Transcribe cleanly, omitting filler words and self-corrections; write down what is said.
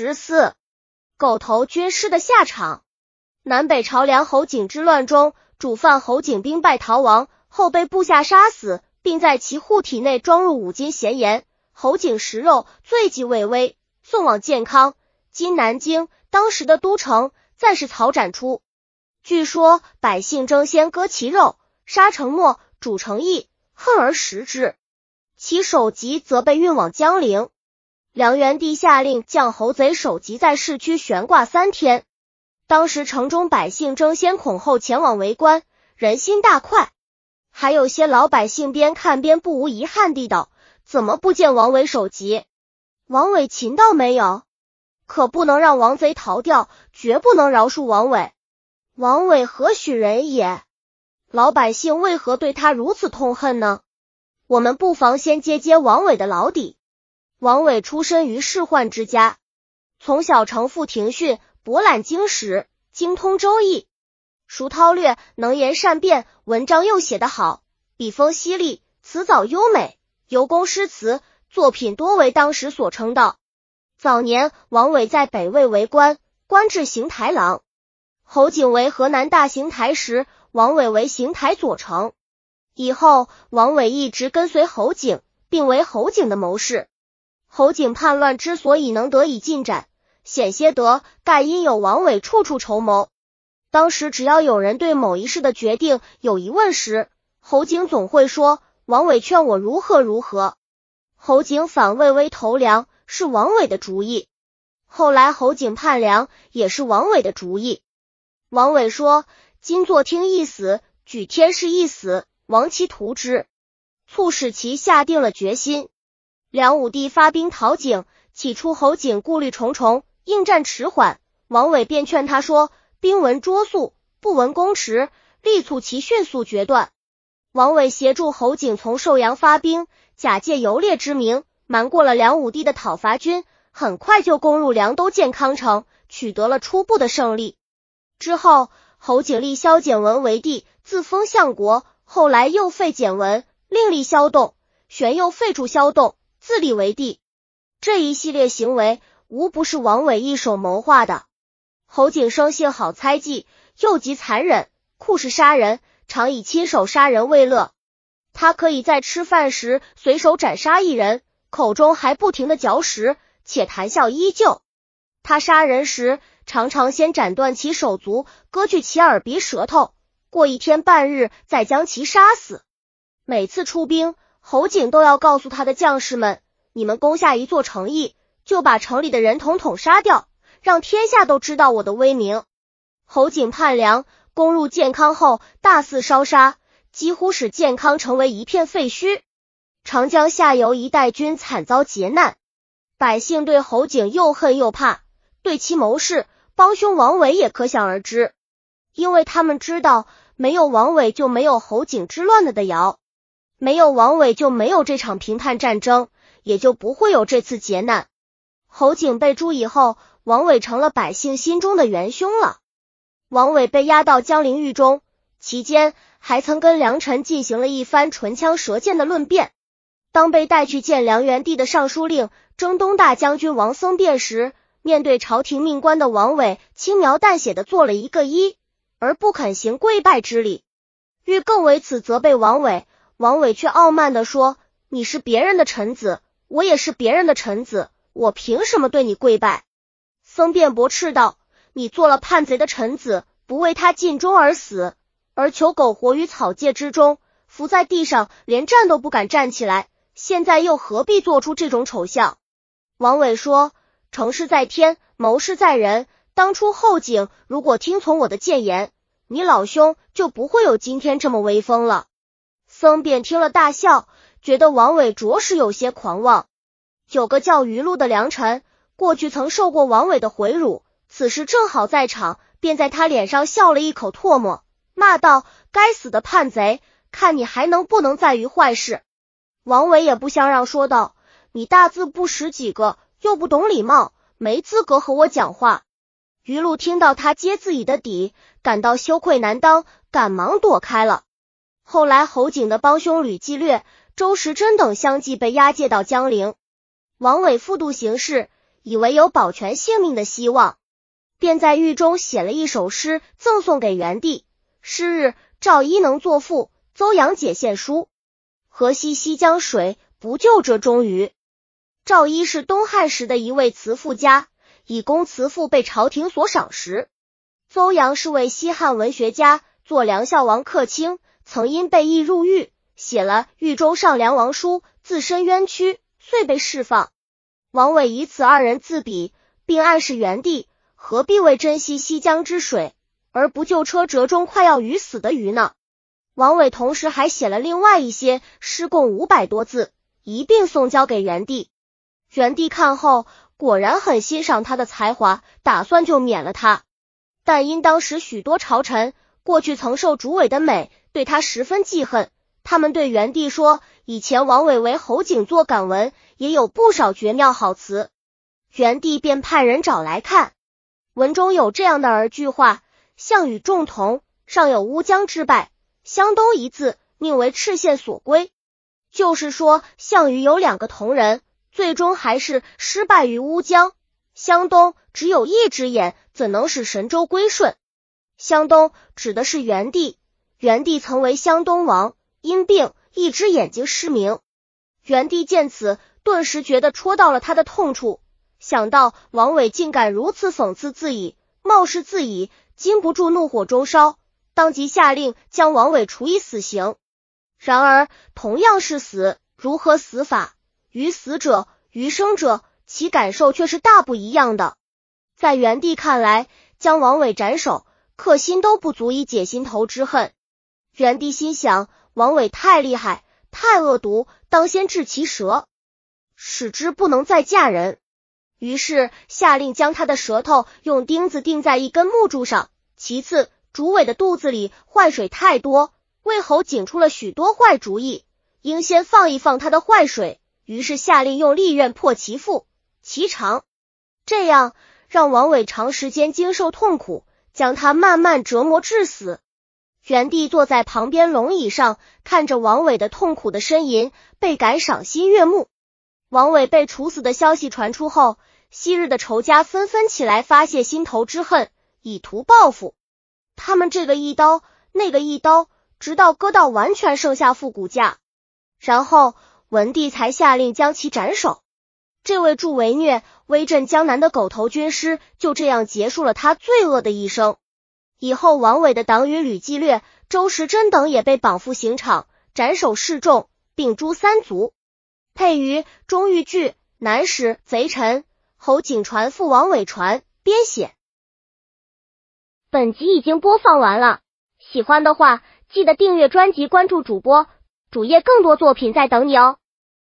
14. 狗头军师的下场。南北朝梁侯景之乱中，主犯侯景兵败逃亡，后被部下杀死，并在其护体内装入5斤咸盐。侯景食肉，罪极畏危，送往建康（今南京），当时的都城，暂时曹斩出。据说百姓争先割其肉，杀成末，煮成液，恨而食之。其首级则被运往江陵。梁元帝下令将猴贼首级在市区悬挂3天。当时城中百姓争先恐后前往围观，人心大快。还有些老百姓边看边不无遗憾地道：怎么不见王伟首级？王伟擒到没有？可不能让王贼逃掉，绝不能饶恕王伟。王伟何许人也？老百姓为何对他如此痛恨呢？我们不妨先揭揭王伟的老底。王伟出身于仕宦之家，从小承父庭训，博览经史，精通周易，熟韬略，能言善辩，文章又写得好，笔锋犀利，词藻优美，尤工诗词，作品多为当时所称道。早年王伟在北魏为官，官至行台郎。侯景为河南大行台时，王伟为行台左丞。以后王伟一直跟随侯景，并为侯景的谋士。侯景叛乱之所以能得以进展，险些得盖因有王伟处处筹谋。当时只要有人对某一事的决定有疑问时，侯景总会说王伟劝我如何如何。侯景反魏威投梁是王伟的主意，后来侯景叛梁也是王伟的主意。王伟说：今坐听一死，举天师一死，亡其图之，促使其下定了决心。梁武帝发兵讨景，起初侯景顾虑重重，应战迟缓，王伟便劝他说：兵闻拙速，不闻公迟，力促其迅速决断。王伟协助侯景从寿阳发兵，假借游猎之名，瞒过了梁武帝的讨伐军，很快就攻入梁都建康城，取得了初步的胜利。之后侯景立萧简文为帝，自封相国，后来又废简文，另立萧栋，旋又废黜萧栋，自立为帝。这一系列行为无不是王伟一手谋划的。侯景生性好猜忌，又极残忍，酷嗜杀人，常以亲手杀人为乐。他可以在吃饭时随手斩杀一人，口中还不停地嚼食，且谈笑依旧。他杀人时常常先斩断其手足，割去其耳鼻舌头，过1天半日再将其杀死。每次出兵，侯景都要告诉他的将士们：你们攻下一座城邑，就把城里的人统统杀掉，让天下都知道我的威名。侯景叛梁，攻入建康后大肆烧杀，几乎使建康成为一片废墟。长江下游一带均惨遭劫难，百姓对侯景又恨又怕，对其谋士帮凶王伟也可想而知。因为他们知道，没有王伟就没有侯景之乱的谣，没有王伟就没有这场平叛战争，也就不会有这次劫难。侯景被诛以后，王伟成了百姓心中的元凶了。王伟被押到江陵狱中，期间还曾跟梁臣进行了一番唇枪舌剑的论辩。当被带去见梁元帝的尚书令征东大将军王僧辩时，面对朝廷命官的王伟轻描淡写的做了一个揖，而不肯行跪拜之礼。欲更为此责备王伟，王伟却傲慢地说：你是别人的臣子，我也是别人的臣子，我凭什么对你跪拜？僧辩驳斥道：你做了叛贼的臣子，不为他尽忠而死，而求苟活于草芥之中，伏在地上连站都不敢站起来，现在又何必做出这种丑相？王伟说：成事在天，谋事在人，当初侯景如果听从我的谏言，你老兄就不会有今天这么威风了。僧辩听了大笑，觉得王伟着实有些狂妄。有个叫于禄的良臣，过去曾受过王伟的回辱，此时正好在场，便在他脸上笑了一口唾沫，骂道：该死的叛贼，看你还能不能再于坏事。王伟也不相让，说道：你大字不识几个，又不懂礼貌，没资格和我讲话。于禄听到他揭自己的底，感到羞愧难当，赶忙躲开了。后来侯景的帮凶吕继略、周时珍等相继被押解到江陵。王伟复度行事， 以为有保全性命的希望，便在狱中写了一首诗赠送给元帝。诗日，赵伊能作赋，邹阳解献书。河西西江水，不就这中鱼。赵伊是东汉时的一位词赋家，以供词赋被朝廷所赏识。邹阳是位西汉文学家，做梁孝王客卿，曾因被议入狱，写了《狱中上梁王书》，自身冤屈，遂被释放。王伟以此二人自比，并暗示元帝何必为珍惜西江之水，而不救车辙中快要鱼死的鱼呢？王伟同时还写了另外一些诗，共500多字，一并送交给元帝。元帝看后果然很欣赏他的才华，打算就免了他。但因当时许多朝臣过去曾受主委的美，对他十分记恨，他们对元帝说，以前王伟为侯景作感文，也有不少绝妙好词。元帝便派人找来看，文中有这样的儿句话：项羽仲同，上有乌江之败，湘东一字，命为赤县所归。就是说项羽有2个同人，最终还是失败于乌江。湘东只有一只眼，怎能使神州归顺？湘东指的是元帝，元帝曾为湘东王，因病一只眼睛失明。元帝见此，顿时觉得戳到了他的痛处，想到王伟竟敢如此讽刺自己，冒失自己，禁不住怒火中烧，当即下令将王伟处以死刑。然而同样是死，如何死法？于死者于生者，其感受却是大不一样的。在元帝看来，将王伟斩首，克心都不足以解心头之恨。元帝心想，王伟太厉害，太恶毒，当先治其舌，使之不能再嫁人。于是下令将他的舌头用钉子钉在一根木柱上。其次，主委的肚子里坏水太多，魏侯景出了许多坏主意，应先放一放他的坏水，于是下令用利刃破其腹其肠，这样让王伟长时间经受痛苦，将他慢慢折磨致死。元帝坐在旁边龙椅上，看着王伟的痛苦的呻吟，倍感赏心悦目。王伟被处死的消息传出后，昔日的仇家纷纷起来发泄心头之恨，以图报复。他们这个一刀那个一刀，直到割到完全剩下腹骨架，然后文帝才下令将其斩首。这位助为虐威震江南的狗头军师就这样结束了他罪恶的一生。以后王伟的党羽吕继略、周时珍等也被绑赴刑场，斩首示众，并诛3族。配于钟玉剧南史贼臣侯景传父王伟传编写。本集已经播放完了，喜欢的话记得订阅专辑，关注主播，主页更多作品在等你哦。